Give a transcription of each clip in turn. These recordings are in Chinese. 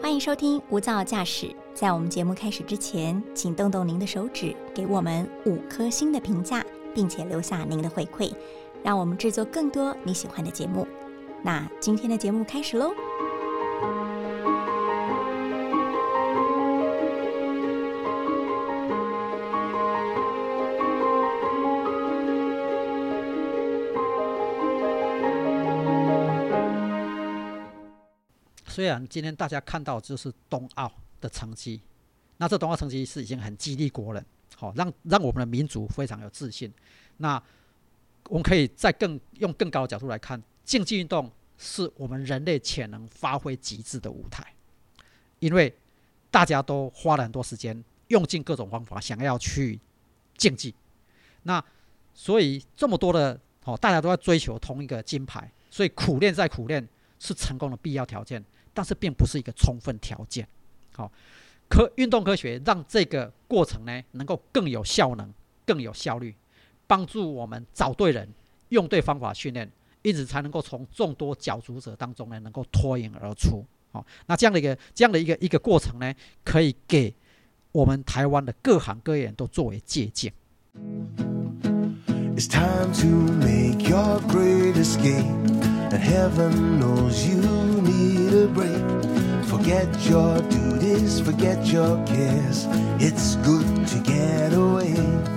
欢迎收听无噪驾驶。在我们节目开始之前，请动动您的手指，给我们5颗星的评价，并且留下您的回馈，让我们制作更多你喜欢的节目。那今天的节目开始咯。 虽然今天大家看到就是冬奥的成绩，那这冬奥成绩是已经很激励国人，让我们的民族非常有自信。那我们可以再用更高的角度来看，竞技运动是我们人类潜能发挥极致的舞台，因为大家都花了很多时间，用尽各种方法想要去竞技。那所以这么多的大家都在追求同一个金牌，所以苦练再苦练是成功的必要条件。但是并不是一个充分条件。运动科学让这个过程呢能够更有效能、更有效率，帮助我们找对人、用对方法训练，因此才能够从众多角逐者当中呢能够脱颖而出。那这样的一个过程呢，可以给我们台湾的各行各业都作为借鉴。 It's time to make your great escape, and heaven knows you need a break. Forget your duties, forget your cares. It's good to get away.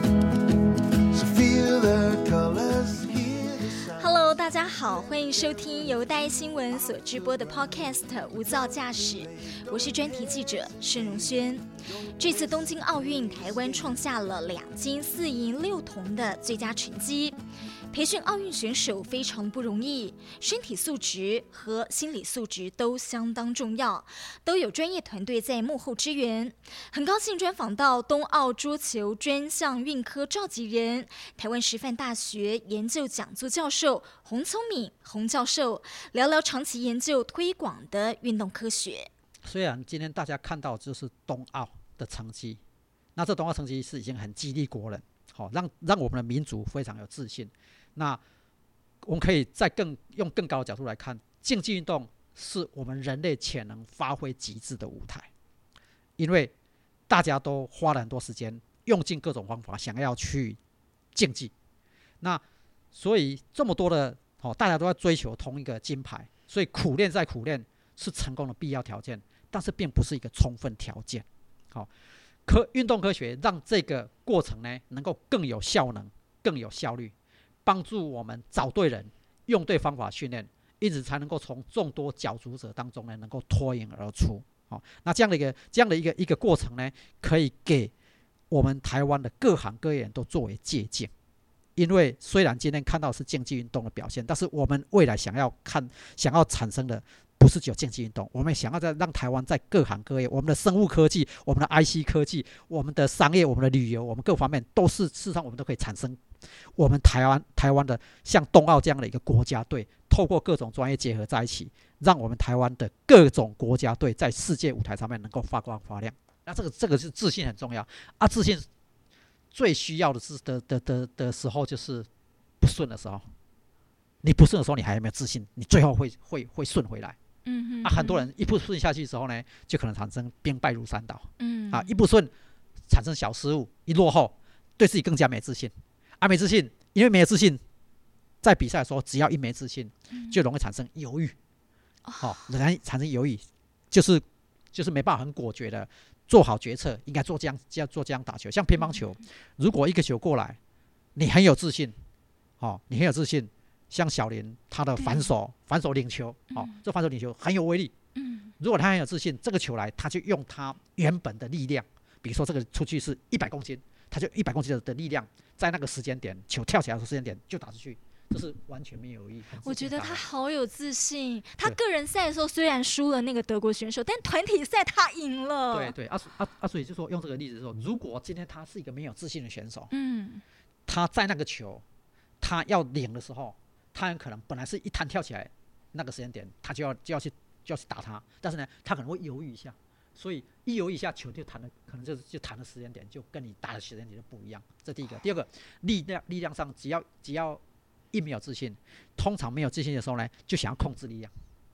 So feel the colors, hear the sound. Hello， 大家好，欢迎收听由大爱新闻所直播的 Podcast 无噪驾驶，我是专题记者盛荣轩。这次东京奥运，台湾创下了2金4银6铜的最佳成绩。培训奥运选手非常不容易，身体素质和心理素质都相当重要，都有专业团队在幕后支援。很高兴专访到冬奥桌球专项运科召集人、台湾师范大学研究讲座教授洪聪敏洪教授，聊聊长期研究推广的运动科学。 虽然今天大家看到就是冬奥的成绩，那这冬奥成绩是已经很激励国人，让我们的民族非常有自信。那我们可以再用更高的角度来看，竞技运动是我们人类潜能发挥极致的舞台，因为大家都花了很多时间，用尽各种方法想要去竞技。那所以这么多的大家都在追求同一个金牌，所以苦练再苦练是成功的必要条件，但是并不是一个充分条件。运动科学让这个过程呢能够更有效能、更有效率，帮助我们找对人、用对方法训练，因此才能够从众多角逐者当中呢能够脱颖而出。那这样的一个过程呢，可以给我们台湾的各行各业都作为借鉴。因为虽然今天看到是竞技运动的表现，但是我们未来想要产生的不是只有竞技运动，我们想要让台湾在各行各业，我们的生物科技、我们的 IC 科技、我们的商业、我们的旅游，我们各方面都是事实上我们都可以产生我们台湾的像冬奥这样的一个国家队，透过各种专业结合在一起，让我们台湾的各种国家队在世界舞台上面能够发光发亮。那这个是自信很重要啊，自信最需要的时候就是不顺的时候。你不顺的时候，你还有没有自信？你最后会顺回来。很多人一不顺下去的时候呢，就可能产生兵败如山倒。一不顺产生小失误，一落后，对自己更加没自信。没自信，因为没有自信，在比赛的时候，只要一没自信，就容易产生犹豫。产生犹豫，就是没办法很果决的做好决策，应该做这样打球。像乒乓球，如果一个球过来，你很有自信，像小林他的反手领球，这反手领球很有威力。如果他很有自信，这个球来，他就用他原本的力量，比如说这个出去是100公斤，他就100公斤的力量，在那个时间点，球跳起来的时间点就打出去，这是完全没有犹豫。 我觉得他好有自信。他个人赛的时候虽然输了那个德国选手，但团体赛他赢了。 对，所以就说用这个例子说，如果今天他是一个没有自信的选手，他在那个球他要领的时候，他很可能本来是一弹跳起来，那个时间点他就要去打他，但是呢，他可能会犹豫一下，所以一犹豫一下，球就弹了，可能就弹的时间点就跟你打的时间点就不一样。这第一个，第二个，力量上只要一没有自信，通常没有自信的时候呢，就想要控制力量，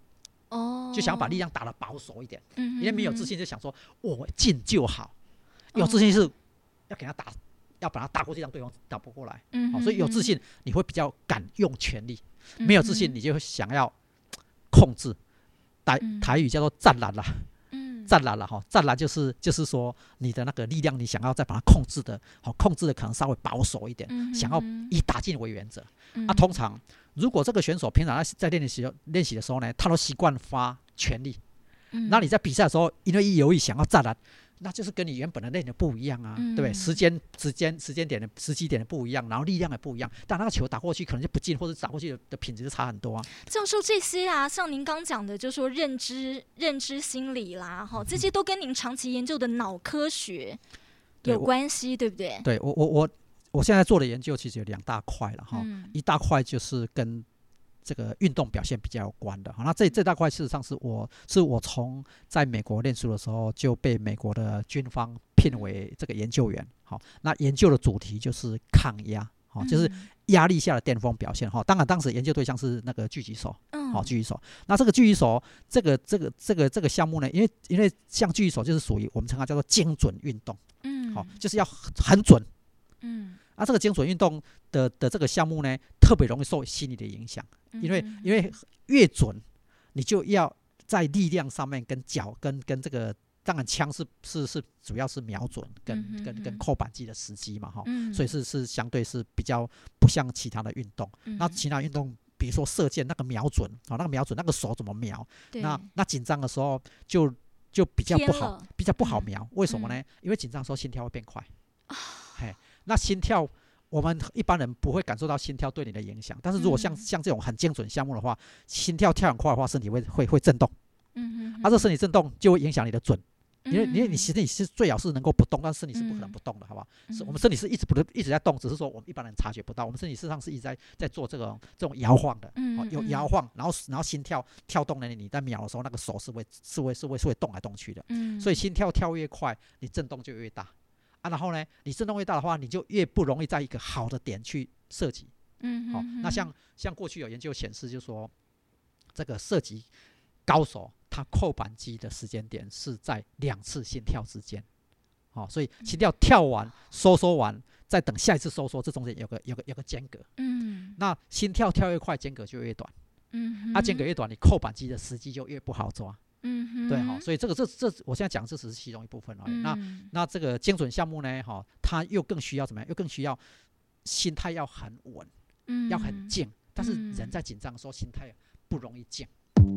就想要把力量打得保守一点，因为没有自信就想说我进就好，有自信是要给他打，要把他打过去，让对方打不过来，所以有自信你会比较敢用全力，没有自信你就会想要控制，台语叫做战蓝啦。战蓝了哈，战蓝就是说你的那个力量，你想要再把它控制的可能稍微保守一点，想要以打进为原则。通常如果这个选手平常在练习的时候呢，他都习惯发全力，那你在比赛的时候，因为一犹豫想要战蓝，那就是跟你原本的练的不一样啊，对不对？时机点的不一样，然后力量也不一样，但那个球打过去可能就不进，或者打过去的品质就差很多啊。 教授，这些啊，像您刚讲的，就说认知心理啦，这些都跟您长期研究的脑科学有关系，对不对？ 对，我现在做的研究其实有2大块了哈，一大块就是跟这个运动表现比较有关的，那这大块事实上是我从在美国念书的时候就被美国的军方聘为这个研究员，那研究的主题就是抗压，就是压力下的巅峰表现，当然当时研究对象是那个狙击手，狙击手。那这个狙击手这个项目呢，因为像狙击手就是属于我们称它叫做精准运动，就是要很准，这个精准运动的这个项目呢，特别容易受心理的影响，因为越准，你就要在力量上面跟这个，当然枪是主要是瞄准跟扣扳机的时机嘛，所以是相对是比较不像其他的运动。那其他运动，比如说射箭那个瞄准，那个手怎么瞄，那紧张的时候就比较不好瞄。为什么呢？因为紧张的时候心跳会变快。那心跳，我们一般人不会感受到心跳对你的影响，但是如果像这种很精准项目的话，心跳跳很快的话，身体会震动，这身体震动就会影响你的准，因为你身体是最好是能够不动，但是身体是不可能不动的，好不好？我们身体是一直在动，只是说我们一般人察觉不到，我们身体事实上是一直在做这种摇晃的，有摇晃，然后心跳跳动呢，你在瞄的时候，那个手是会动来动去的，所以心跳跳越快，你震动就越大。然后呢，你震动越大的话，你就越不容易在一个好的点去射击。那像过去有研究显示，就是说这个射击高手他扣扳机的时间点是在2次心跳之间。所以心跳跳完收缩完，再等下一次收缩，这中间有个间隔。那心跳跳越快，间隔就越短。间隔越短，你扣扳机的时机就越不好抓。对，所以这我现在讲这只是其中一部分而已。那这个精准项目呢，它又更需要怎么样？又更需要心态要很稳，要很静。但是人在紧张的时候，心态不容易静。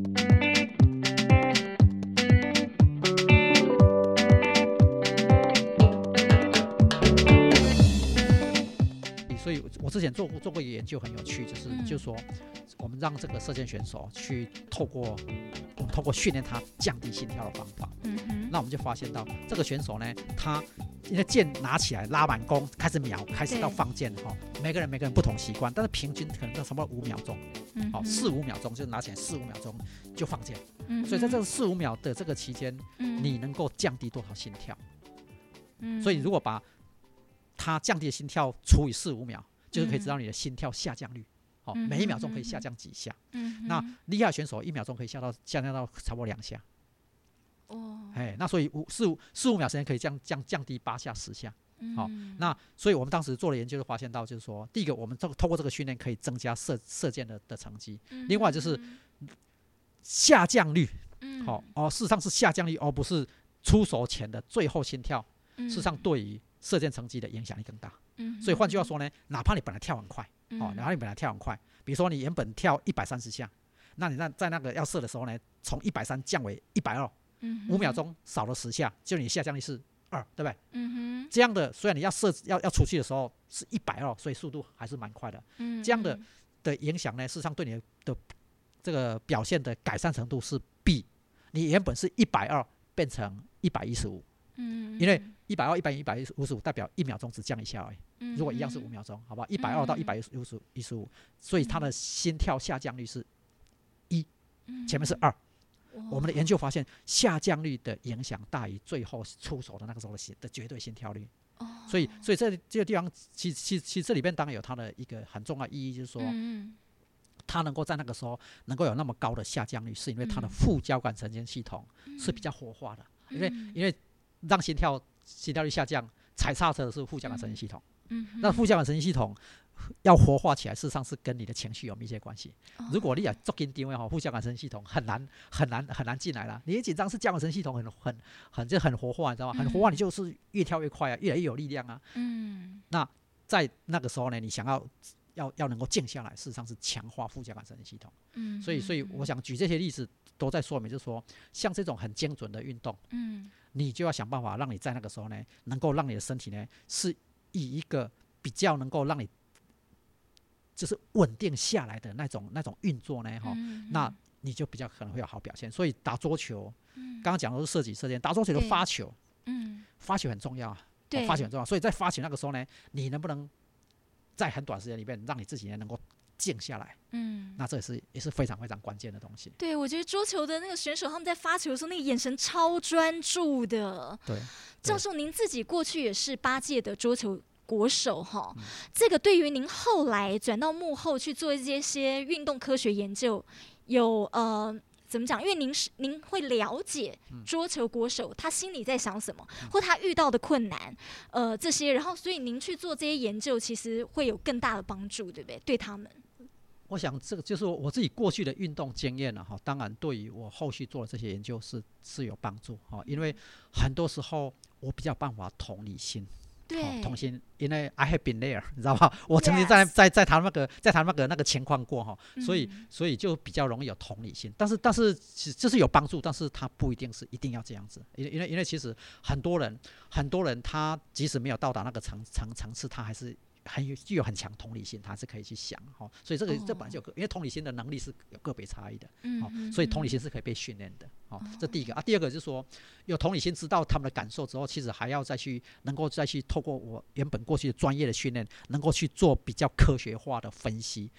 所以我之前做过一个研究，很有趣，就是说，我们让这个射箭选手去透过训练他降低心跳的方法。那我们就发现到这个选手呢，他因为箭拿起来拉满弓，开始瞄，开始到放箭，每个人不同习惯，但是平均可能到差不多5秒钟，4-5秒钟就拿起来4-5秒钟就放箭。所以在这个4-5秒的这个期间，你能够降低多少心跳？所以如果把它降低的心跳除以4-5秒，就是可以知道你的心跳下降率。每1秒钟可以下降几下。那厉害的选手1秒钟可以下降到差不多2下。那所以4-5秒时间可以降低8下10下。那所以我们当时做的研究就发现到，就是说，第一个，我们透过这个训练可以增加射箭的成绩。另外就是下降率。事实上是下降率，而不是出手前的最后心跳。事实上对于射箭成绩的影响力更大。所以换句话说呢，哪怕你本来跳很快，比如说你原本跳130下，那你在那个要射的时候呢，从130降为120，5秒钟少了10下，就你下降率是2，对不对？这样的，虽然你要出去的时候是120，所以速度还是蛮快的。这样的影响呢，事实上对你的这个表现的改善程度是比你原本是120变成115。因为120、155代表1秒钟只降1下而已。如果一样是5秒钟，好不好？120到115，所以它的心跳下降率是1，前面是2。我们的研究发现，下降率的影响大于最后出手的那个时候的绝对心跳率。所以这个地方，其实这里边当然有它的一个很重要的意义，就是说， 它能够在那个时候能够有那么高的下降率，是因为它的副交感神经系统是比较活化的，因为让心跳率下降，踩刹车的是副交感神经系统。那副交感神经系统要活化起来，事实上是跟你的情绪有密切关系。如果你也做紧张，副交感神经系统很难进来了。你一紧张，是交感神经系统很活化，你知道吗？很活化，你就是越跳越快啊，越来越有力量啊。那在那个时候呢，你想要能够静下来，事实上是强化副交感神经系统。所以我想举这些例子都在说明，就是说，像这种很精准的运动，你就要想办法让你在那个时候呢，能够让你的身体呢是以一个比较能够让你就是稳定下来的那种运作呢，那你就比较可能会有好表现。所以打桌球，刚刚讲的是射击射箭，打桌球的发球，发球很重要啊，发球很重要。所以在发球那个时候呢，你能不能在很短时间里面让你自己能够静下来，那这也是非常非常关键的东西。 对，我觉得桌球的那个选手他们在发球的时候，那个眼神超专注的。 对， 教授，您自己过去也是8届的桌球国手哈，这个对于您后来转到幕后去做这些运动科学研究，有怎么讲？因为您会了解桌球国手他心里在想什么，或他遇到的困难，这些，然后所以您去做这些研究，其实会有更大的帮助，对不对？对他们。 我想这个就是我自己过去的运动经验了哈，当然对于我后续做的这些研究是有帮助哈，因为很多时候我比较办法同理心。 对， 同心，因为 I have been there， 你知道吧？我曾经在他那个情况过哈，所以就比较容易有同理心。但是这是有帮助，但是他不一定是一定要这样子，因为其实很多人他即使没有到达那个层次，他还是具有很强同理心，他是可以去想哈，所以这本来就有因为同理心的能力是有个别差异的，所以同理心是可以被训练的，这第一个啊。第二个就是说，有同理心，知道他们的感受之后，其实还要能够再去透过我原本过去的专业的训练，能够去做比较科学化的分析。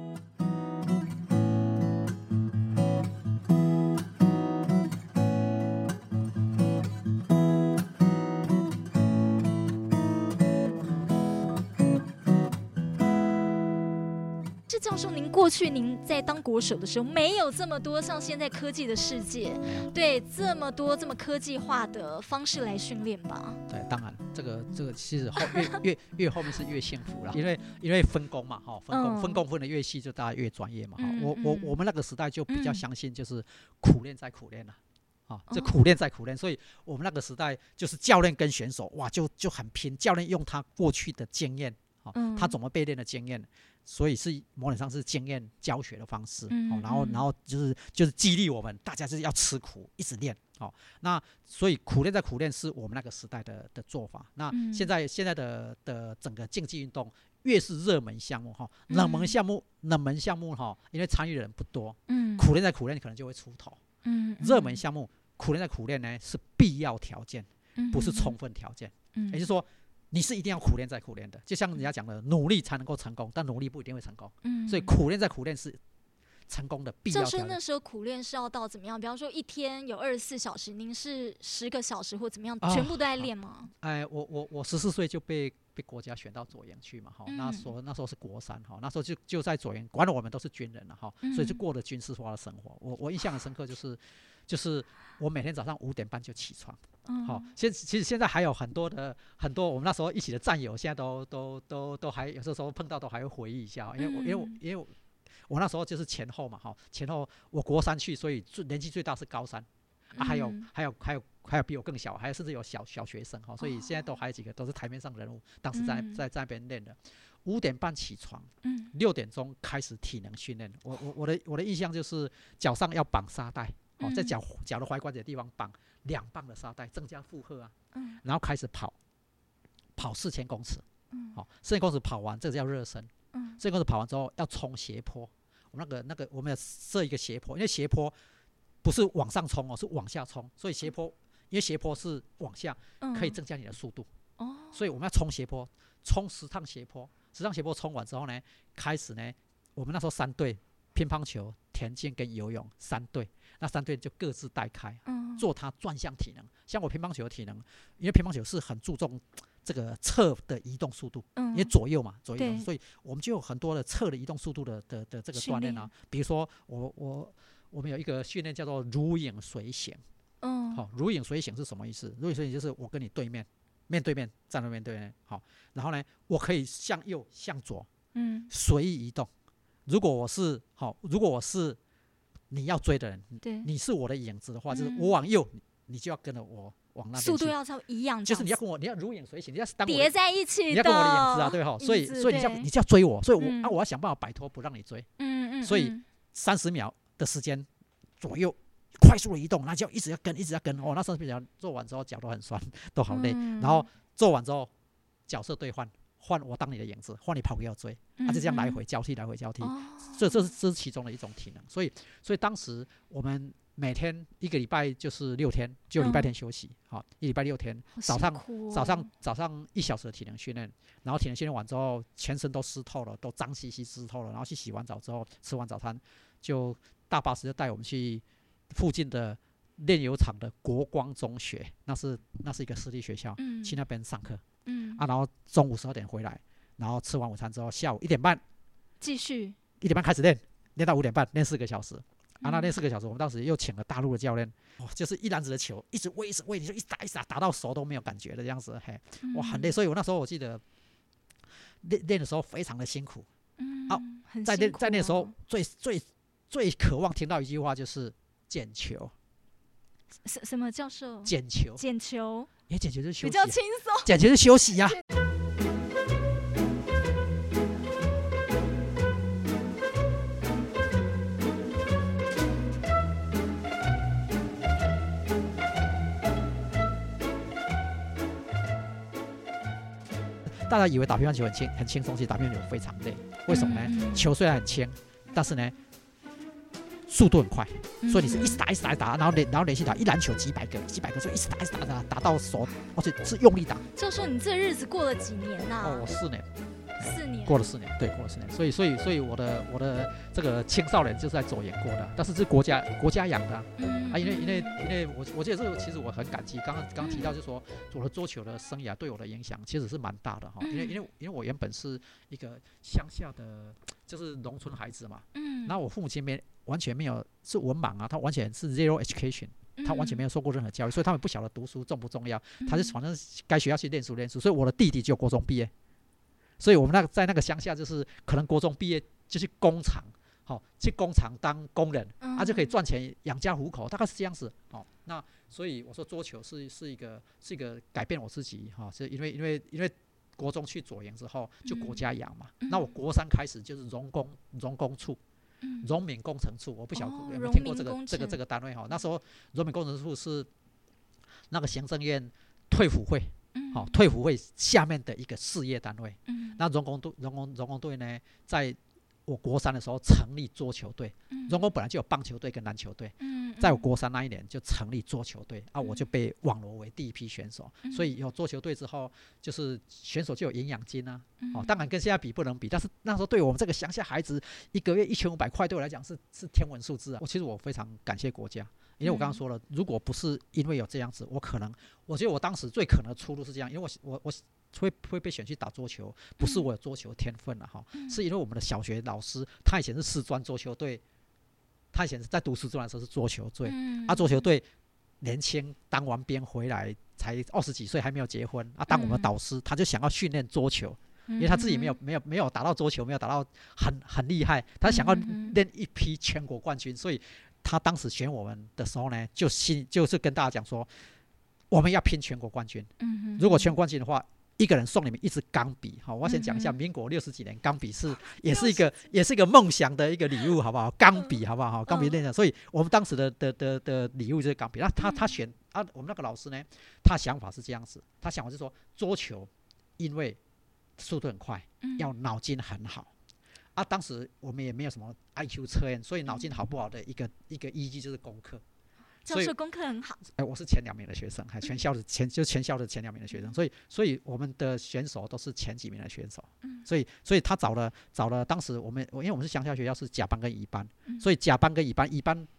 教授，您过去在当国手的时候，没有这么多像现在科技的世界，对这么多这么科技化的方式来训练吧？ 对，当然，这个其实越后面是越幸福了，因为分工嘛，分工分的越细，就大家越专业嘛。我们那个时代就比较相信，就是苦练再苦练了。这苦练再苦练，所以我们那个时代就是教练跟选手哇就很拼，教练用他过去的经验，他怎么被练的经验，所以是某种上是经验教学的方式，然后就是激励我们大家就是要吃苦，一直练，那所以苦练再苦练是我们那个时代的做法。那现在的整个竞技运动越是热门项目冷门项目因为参与的人不多，苦练再苦练可能就会出头。热门项目苦练再苦练呢是必要条件，不是充分条件。也就是说，你是一定要苦练再苦练的，就像人家讲的，努力才能够成功，但努力不一定会成功。所以苦练再苦练是成功的必要条件。 教授那时候苦练是要到怎么样？比方说一天有24小时，您是10个小时或怎么样，全部都在练吗？ 我14岁就被国家选到左营去嘛，那时候是国3，那时候就在左营，管我们都是军人了，所以就过了军事化的生活。我印象很深刻，就是我每天早上5点半就起床。其实现在还有很多我们那时候一起的战友，现在都还有时候碰到都还会回忆一下，因为我那时候就是前后嘛，前后我国3去，所以年纪最大是高3，还有比我更小，还有甚至有小学生，所以现在都还有几个都是台面上人物，当时在那边练的。5点半起床，6点钟开始体能训练。我的印象就是脚上要绑沙带，在脚的踝关节的地方绑2磅的沙带，增加负荷啊。然后开始跑4000公尺，4000公尺跑完，这个叫热身。4000公尺跑完之后要冲斜坡，我们我们要设一个斜坡，因为斜坡不是往上冲是往下冲，所以因为斜坡是往下，可以增加你的速度。所以我们要冲斜坡，冲10趟斜坡，10趟斜坡冲完之后呢，开始呢，我们那时候3队，乒乓球、田径跟游泳3队，那3队就各自带开。 做它专项体能。像我乒乓球的体能，因为乒乓球是很注重这个侧的移动速度，因为左右嘛，左右，所以我们就有很多的侧的移动速度的这个锻炼啊。比如说我们有一个训练叫做如影随形。好，如影随形是什么意思？如影随形就是我跟你面对面站在面对面，好，然后呢，我可以向右向左，随意移动。如果我是你要追的人，你是我的影子的话，就是我往右，你就要跟着我往那边去， 速度要一样， 就是你要如影随形，你要当叠在一起的， 你要跟我的影子啊，对哈，所以你就要追我，所以我要想办法摆脱不让你追，所以30秒的时间左右快速的移动，那就一直要跟哦，那30秒做完之后脚都很酸，都好累，然后做完之后角色兑换我当你的影子，换你跑给我追，就这样来回交替，这是其中的一种体能。所以当时我们每天一个礼拜就是6天，只有礼拜天休息，好，一礼拜6天，早上1小时的体能训练，然后体能训练完之后，全身都湿透了，都脏兮兮湿透了，然后去洗完澡之后，吃完早餐，就大巴士就带我们去附近的炼油厂的国光中学，那是一个私立学校，去那边上课。然后中午12点回来，然后吃完午餐之后，下午1点半继续 1点半开始练到5点半，练4个小时。那练4个小时，我们当时又请了大陆的教练，就是一篮子的球，一直喂，你就一直打到手都没有感觉的这样子，哇，很累。所以我那时候我记得练的时候非常的辛苦，在练的时候最渴望听到一句话就是捡球。 什么教授？ 捡球，因为捡球就是休息， 比较轻松。 捡球是休息呀。大家以为打乒乓球很轻松，其实打乒乓球非常累。为什么呢？球虽然很轻，但是呢，速度很快，所以你是一直打，然后连续打，一篮球几百个，所以一直打到手，而且是用力打。 教授，你这日子过了几年啊？ 我4年。 4年。 过了4年，对，过了4年。所以我的这个青少年就是在左眼过的，但是是国家养的因为我觉得这个其实我很感激。刚刚提到就是说，我的桌球的生涯对我的影响其实是蛮大的哈。因为我原本是一个乡下的，就是农村孩子嘛。然后我父母亲完全没有是文盲啊，他完全是 zero education， 他完全没有受过任何教育，所以他们不晓得读书重不重要，他就反正该学校去念书。所以我的弟弟就国中毕业，所以我们在那个乡下就是可能国中毕业就去工厂，去工厂当工人，就可以赚钱养家糊口，大概是这样子。那所以我说桌球是一个改变我自己是因为国中去左营之后就国家养嘛，那我国3开始就是农工处。荣民工程处，我不晓得有没有听过这个单位那时候荣民工程处是那个行政院退辅会，退辅会下面的一个事业单位。那荣工队呢，在我国3的时候成立桌球队。荣工本来就有棒球队跟篮球队，在我国3那一年就成立桌球队我就被网罗为第一批选手。所以有桌球队之后，就是选手就有营养金啊。当然跟现在比不能比，但是那时候对我们这个乡下孩子，1个月1500块对我来讲是天文数字啊。其实我非常感谢国家，因为我刚刚说了，如果不是因为有这样子，我觉得我当时最可能的出路是这样，因为我会被选去打桌球，不是我有桌球天分是因为我们的小学老师他以前是师专桌球队，他以前在读师专的时候是桌球队，桌球队年轻当完兵回来才20几岁还没有结婚当我们的导师，他就想要训练桌球，因为他自己没有打到桌球，没有打到很厉害，他想要练一批全国冠军，所以他当时选我们的时候呢，就是跟大家讲说，我们要拼全国冠军。如果全国冠军的话，一个人送你们一支钢笔。我要先讲一下，民国60几年钢笔也是一个梦想的一个礼物，好不好？钢笔好不好？钢笔练的，所以我们当时的礼物就是钢笔。那他选我们那个老师呢，他想法是这样子，他想法是说桌球因为速度很快，要脑筋很好。当时我们也没有什么 IQ 测验，所以脑筋好不好的一个依据就是功课。 教授功课很好。 我是前2名的学生，全校的前2名的学生，所以我们的选手都是前几名的选手。所以他找了当时因为我们是乡下学校是甲班跟乙班，所以甲班跟乙班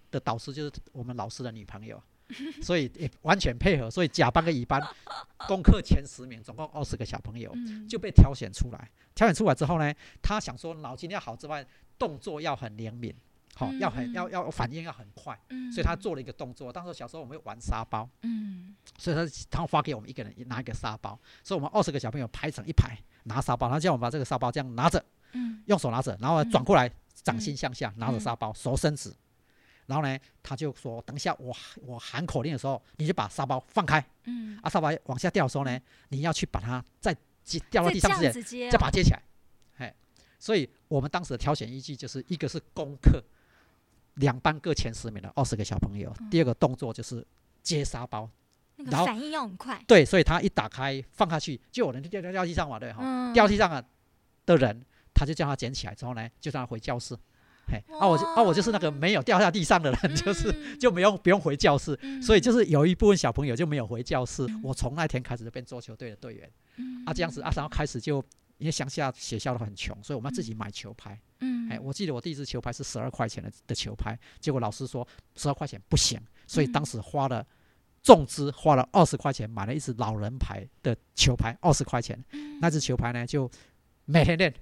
的导师就是我们老师的女朋友，所以也完全配合，所以甲班跟乙班功课前10名，总共20个小朋友就被挑选出来。挑选出来之后呢，他想说脑筋要好之外，动作要很灵敏。要反应要很快，所以他做了一个动作。当时小时候我们会玩沙包，所以他发给我们一个人拿一个沙包，所以我们20个小朋友排成一排拿沙包，然后叫我们把这个沙包这样拿着，用手拿着，然后转过来掌心向下拿着沙包，手伸直，然后呢他就说等一下我喊口令的时候，你就把沙包放开，沙包往下掉的时候呢，你要去把它在掉到地上之前再把它接起来，所以我们当时的挑选依据就是一个是功课。2班各前10名的20个小朋友，第二个动作就是接沙包， 那个反应要很快。 对，所以他一打开放下去，就有人掉地上嘛，对哈，掉地上的人，他就叫他捡起来之后呢，就让他回教室。我就是那个没有掉下地上的人，就不用回教室，所以就是有一部分小朋友就没有回教室。我从那天开始就变桌球队的队员，这样子然后开始就。因为乡下学校都很穷，所以我们要自己买球拍。我记得我第一支球拍是12块钱的球拍，结果老师说12块钱不行，所以当时重资花了20块钱买了一支老人牌的球拍，20块钱。那支球拍呢就每天练。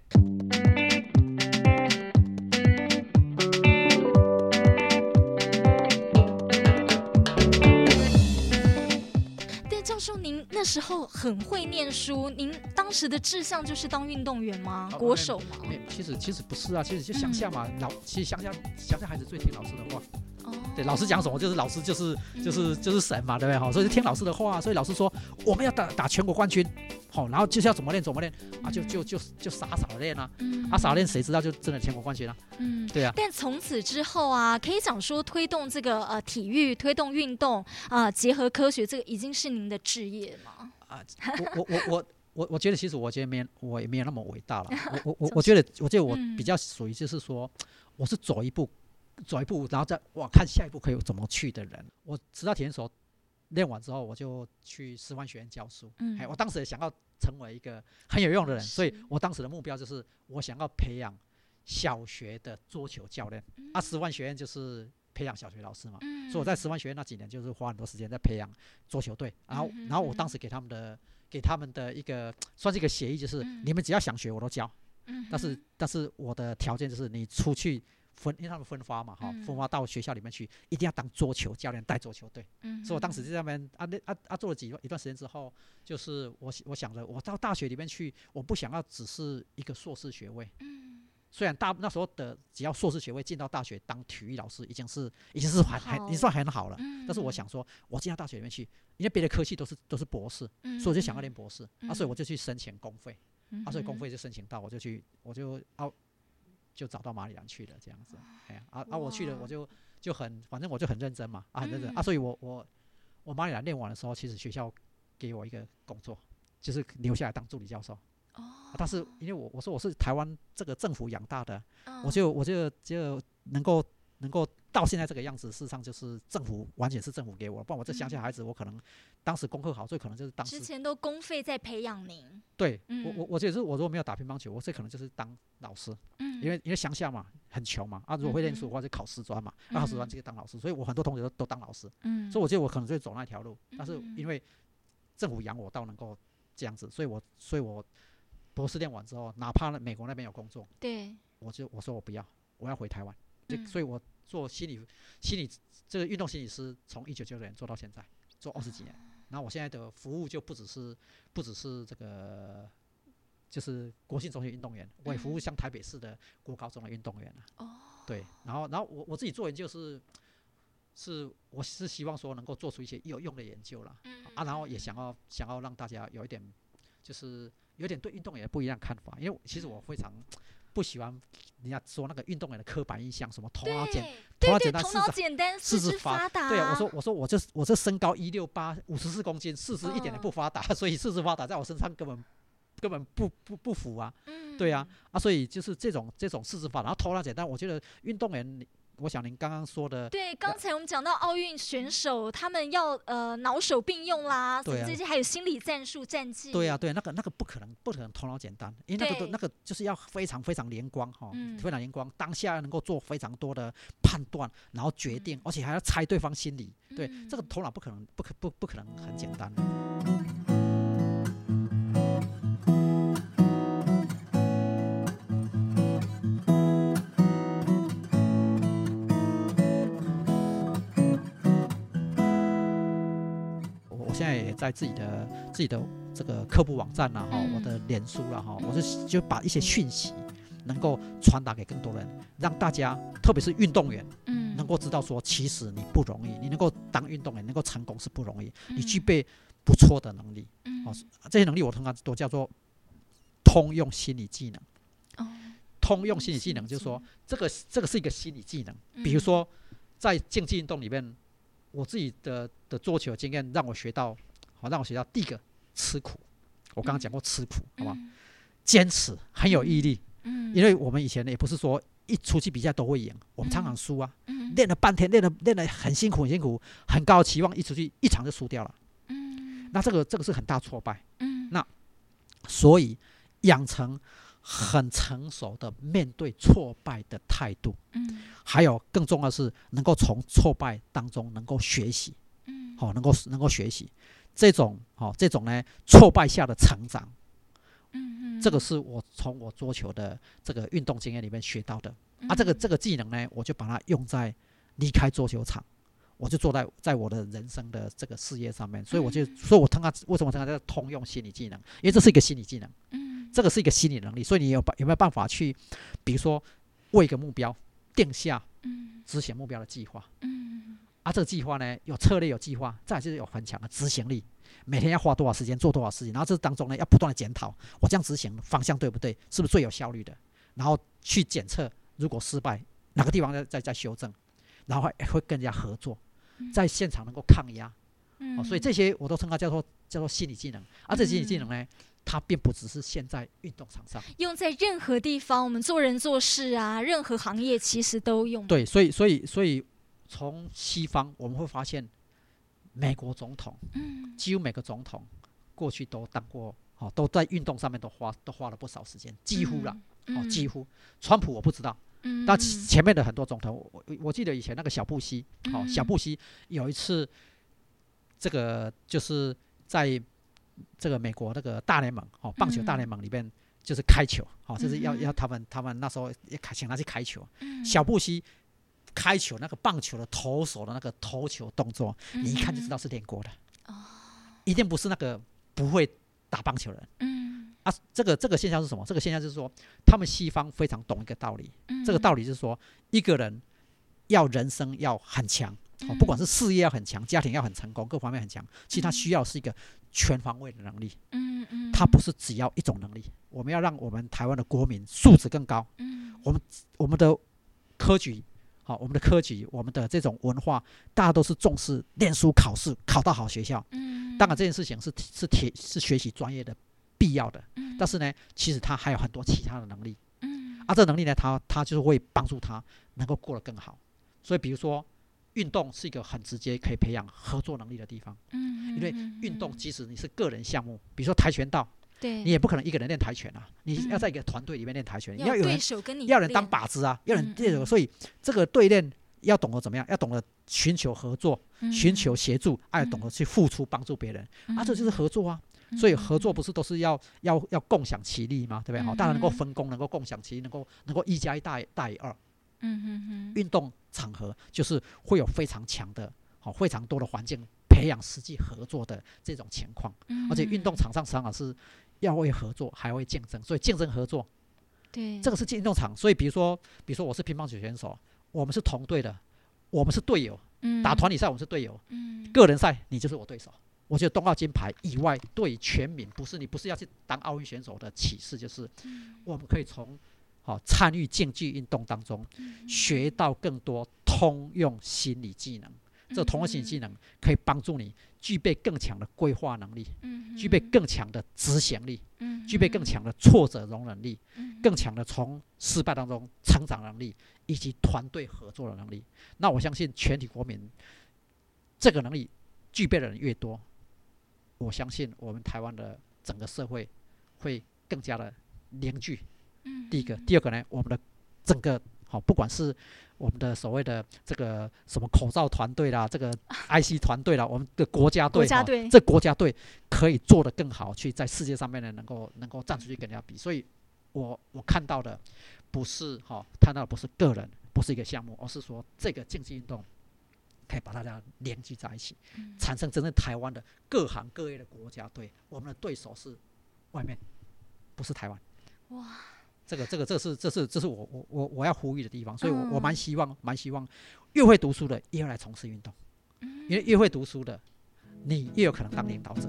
教授，您那时候很会念书，您当时的志向就是当运动员吗？国手吗？ 其实不是啊，其实就乡下嘛，其实乡下孩子最听老师的话。对，老师讲什么就是老师就是神嘛，对不对？所以就听老师的话，所以老师说我们要打全国冠军，然后就是要怎么练就傻的练啊，傻练谁知道就真的全国冠军啊？对啊。 但从此之后啊，可以讲说推动这个体育、推动运动结合科学，这个已经是您的志业吗？ 我觉得其实我也没有那么伟大了。我觉得我比较属于就是说，我是走一步，然后再看下一步可以怎么去的人。我直到体验所练完之后，我就去师范学院教书。我当时也想要成为一个很有用的人，所以我当时的目标就是我想要培养小学的桌球教练。师范学院就是培养小学老师嘛，所以我在师范学院那几年就是花很多时间在培养桌球队。然后我当时给他们的一个算是一个协议，就是你们只要想学我都教，但是我的条件就是你出去。因为他们分发嘛，分发到学校里面去，一定要当桌球教练，带桌球队。所以我当时在那边做了一段时间之后，就是我想着，我到大学里面去，我不想要只是一个硕士学位。虽然那时候的只要硕士学位进到大学当体育老师，已经算很好了。但是我想说，我进到大学里面去，因为别的科系都是博士，所以我就想要练博士。所以我就去申请公费。所以公费就申请到，就找到马里兰去了，这样子。我去了，反正我就很认真嘛，很认真。所以我马里兰练完的时候，其实学校给我一个工作，就是留下来当助理教授。但是因为我说我是台湾这个政府养大的，我就能够到现在这个样子，事实上就是完全是政府给我，不然我这乡下孩子，我可能当时功课好，所以可能就是当时之前都公费在培养您。 对，我觉得是我如果没有打乒乓球，我这可能就是当老师。因为乡下嘛，很穷嘛，如果会念书的话就考师专嘛，考师专就可以当老师，所以我很多同学都当老师。所以我觉得我可能就会走那条路，但是因为政府养我到能够这样子，所以我博士练完之后，哪怕美国那边有工作， 对， 我说我不要，我要回台湾。所以我做心理这个运动心理师，从1996年做到现在，做20几年。然后我现在的服务就不只是这个，就是国信中学运动员，我也服务像台北市的国高中的运动员对，然后我自己做研究我是希望说能够做出一些有用的研究啦。然后也想要让大家有一点，就是有点对运动员不一样的看法，因为其实我非常不喜欢人家说那个运动员的刻板印象，什么头脑简单，四肢发达。对啊，我说我这身高168 54公斤，四肢一点也不发达，所以四肢发达在我身上根本不符啊。对啊，所以就是这种四肢发达，然后头脑简单，我觉得运动员我想您刚刚说的， 对，刚才我们讲到奥运选手，他们要脑手并用啦， 对啊， 这些还有心理战术、战绩。 对啊，对，那个不可能头脑简单，因为那个就是要非常非常灵光非常灵光，当下能够做非常多的判断，然后决定，而且还要猜对方心理。对，这个头脑不可能很简单。我现在也在自己的这个客服网站啦，我的脸书啦，我就把一些讯息能够传达给更多人，让大家特别是运动员，能够知道说其实你不容易，你能够当运动员能够成功是不容易，你具备不错的能力，这些能力我通常都叫做通用心理技能。通用心理技能就是说这个是一个心理技能，比如说在竞技运动里面，我自己的桌球经验让我学到第一个吃苦，我刚刚讲过吃苦，好吧？坚持很有毅力，因为我们以前也不是说一出去比赛都会赢，我们常常输啊，练了半天，练得很辛苦，很高的期望，一出去一场就输掉了，那这个是很大挫败，那所以养成很成熟的面对挫败的态度，还有更重要的是能够从挫败当中能够学习，能够学习这种呢挫败下的成长，这个是我从我桌球的这个运动经验里面学到的，这个技能呢，我就把它用在离开桌球场，我就做在我的人生的这个事业上面，所以我为什么称它叫通用心理技能？因为这是一个心理技能，这个是一个心理能力，所以你有没有办法去，比如说为一个目标定下执行目标的计划，这个计划呢有策略有计划，再来就是有很强的执行力，每天要花多少时间做多少事情，然后这当中呢要不断的检讨，我这样执行方向对不对，是不是最有效率的，然后去检测如果失败哪个地方再修正，然后会跟人家合作，在现场能够抗压，所以这些我都称它叫做心理技能，这心理技能呢，它并不只是现在运动场上， 用在任何地方，我们做人做事啊，任何行业其实都用。 对，所以从西方我们会发现，美国总统，几乎每个总统过去都当过，都在运动上面都花了不少时间，几乎了，几乎。川普我不知道，但前面的很多总统，我记得以前那个小布希，小布希有一次，这个就是在这个美国那个大联盟，棒球大联盟里面就是开球，就是要他们那时候也请他去开球，小布希开球那个棒球的投手的那个投球动作，你一看就知道是练过的，一定不是那个不会打棒球的人。这个现象是什么？这个现象就是说，他们西方非常懂一个道理，这个道理就是说，一个人要人生要很强，不管是事业要很强，家庭要很成功，各方面很强，其实他需要是一个全方位的能力。他不是只要一种能力，我们要让我们台湾的国民素质更高。我们的科举。我们的科举，我们的这种文化，大家都是重视念书考试，考到好学校。当然这件事情是学习专业的必要的，但是呢，其实他还有很多其他的能力。这个能力呢，他就是会帮助他能够过得更好。所以，比如说，运动是一个很直接可以培养合作能力的地方。因为运动即使你是个人项目，比如说跆拳道。你也不可能一个人练跆拳啊，你要在一个团队里面练跆拳，要有人要人当靶子啊，要人这种，所以这个对练要懂得怎么样，要懂得寻求合作，寻求协助，要懂得去付出帮助别人，这就是合作啊。所以合作不是都是要共享其利吗？对不对？大家能够分工，能够共享其利，能够1+1大于2。运动场合就是会有非常强的，非常多的环境培养实际合作的这种情况，而且运动场上常常是要会合作，还会竞争，所以竞争合作， 对， 这个是运动场。所以比如说我是乒乓球选手，我们是同队的，我们是队友，打团体赛我们是队友，个人赛你就是我对手。我觉得冬奥金牌以外，对全民你不是要去当奥运选手的启示，就是我们可以从参与竞技运动当中学到更多通用心理技能， 这个同温性技能可以帮助你具备更强的规划能力，具备更强的执行力，具备更强的挫折容忍力，更强的从失败当中成长能力，以及团队合作的能力。那我相信全体国民这个能力具备的人越多，我相信我们台湾的整个社会会更加的凝聚。第一个，第二个呢，我们的整个不管是我们的所谓的这个什么口罩团队啦，这个 IC 团队啦，我们的国家队，这国家队可以做得更好，去在世界上面呢能够站出去跟人家比。所以我看到的不是个人，不是一个项目，而是说这个竞技运动可以把大家连接在一起，产生真正台湾的各行各业的国家队。我们的对手是外面，不是台湾。哇！这是我要呼吁的地方，所以我蛮希望越会读书的越要来从事运动，因为越会读书的你越有可能当领导者。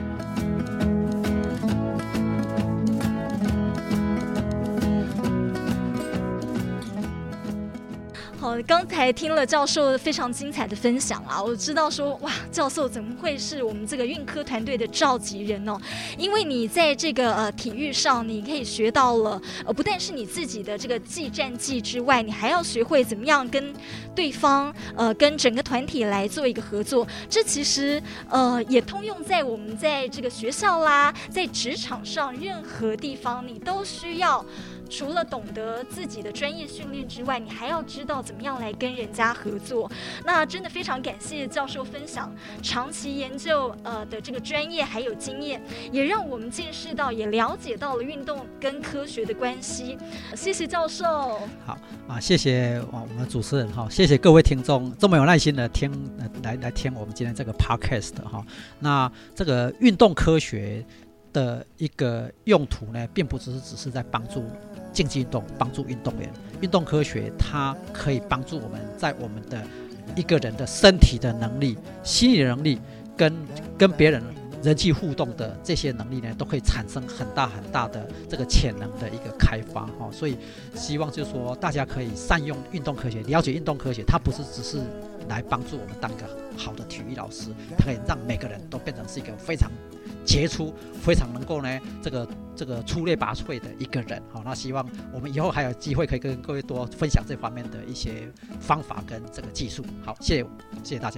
好，刚才听了教授非常精彩的分享啊，我知道说哇，教授怎么会是我们这个运科团队的召集人哦？因为你在这个体育上，你可以学到了不但是你自己的这个技战技之外，你还要学会怎么样跟对方跟整个团体来做一个合作。这其实也通用在我们在这个学校啦，在职场上任何地方，你都需要。除了懂得自己的专业训练之外，你还要知道怎么样来跟人家合作。那真的非常感谢教授分享长期研究的这个专业还有经验，也让我们见识到也了解到了运动跟科学的关系。谢谢教授。 好啊，谢谢我们的主持人哈，谢谢各位听众这么有耐心的听来听我们今天这个 podcast 哈。那这个运动科学的一个用途呢，并不只是在帮助竞技运动，帮助运动员。运动科学它可以帮助我们在我们的一个人的身体的能力、心理的能力，跟别人人际互动的这些能力呢，都可以产生很大的这个潜能的一个开发哈。所以希望就是说，大家可以善用运动科学，了解运动科学，它不是只是来帮助我们当一个好的体育老师，它可以让每个人都变成是一个非常杰出、非常能够呢这个出类拔萃的一个人。好，那希望我们以后还有机会可以跟各位多分享这方面的一些方法跟这个技术。好，谢谢大家。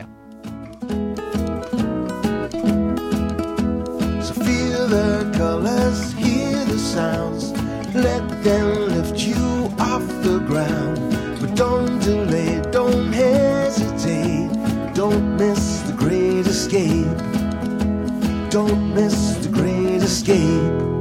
So feel the colors, hear the sounds, let them lift you off the ground. But don't delay, don't hesitate, don't miss the great escape. Don't miss the great escape.